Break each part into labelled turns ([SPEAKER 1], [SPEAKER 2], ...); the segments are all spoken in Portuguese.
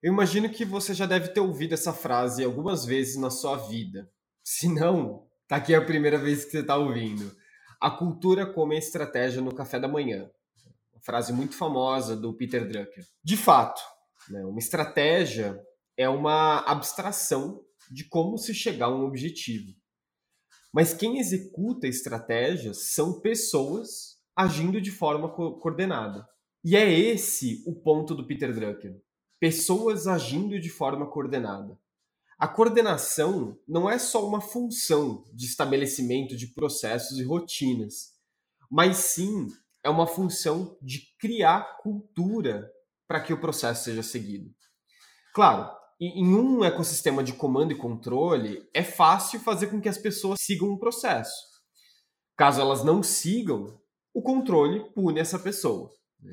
[SPEAKER 1] Eu imagino que você já deve ter ouvido essa frase algumas vezes na sua vida. Se não, tá aqui a primeira vez que você está ouvindo. A cultura come a estratégia no café da manhã. Uma frase muito famosa do Peter Drucker. De fato, né, uma estratégia é uma abstração de como se chegar a um objetivo. Mas quem executa estratégias são pessoas agindo de forma coordenada. E é esse o ponto do Peter Drucker. Pessoas agindo de forma coordenada. A coordenação não é só uma função de estabelecimento de processos e rotinas, mas sim é uma função de criar cultura para que o processo seja seguido. Claro, em um ecossistema de comando e controle, é fácil fazer com que as pessoas sigam um processo. Caso elas não sigam, o controle pune essa pessoa.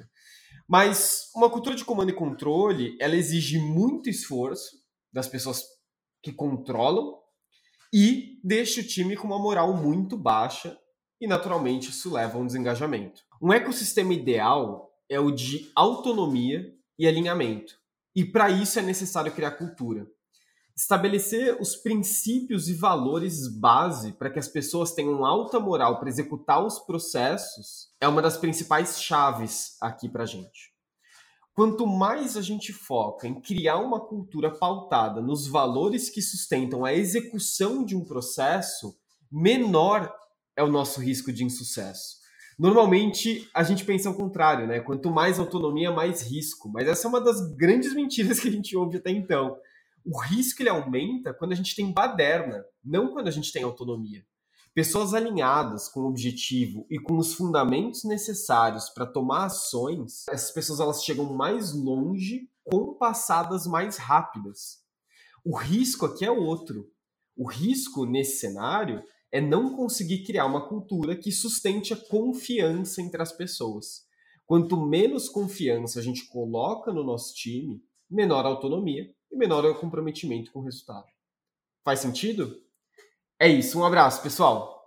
[SPEAKER 1] Mas uma cultura de comando e controle, ela exige muito esforço das pessoas que controlam e deixa o time com uma moral muito baixa e, naturalmente, isso leva a um desengajamento. Um ecossistema ideal é o de autonomia e alinhamento. E para isso é necessário criar cultura. Estabelecer os princípios e valores base para que as pessoas tenham alta moral para executar os processos é uma das principais chaves aqui para a gente. Quanto mais a gente foca em criar uma cultura pautada nos valores que sustentam a execução de um processo, menor é o nosso risco de insucesso. Normalmente a gente pensa ao contrário, né? Quanto mais autonomia, mais risco. Mas essa é uma das grandes mentiras que a gente ouve até então. O risco ele aumenta quando a gente tem baderna, não quando a gente tem autonomia. Pessoas alinhadas com o objetivo e com os fundamentos necessários para tomar ações, essas pessoas elas chegam mais longe com passadas mais rápidas. O risco aqui é outro. O risco nesse cenário é não conseguir criar uma cultura que sustente a confiança entre as pessoas. Quanto menos confiança a gente coloca no nosso time, menor a autonomia e menor é o comprometimento com o resultado. Faz sentido? É isso, um abraço, pessoal!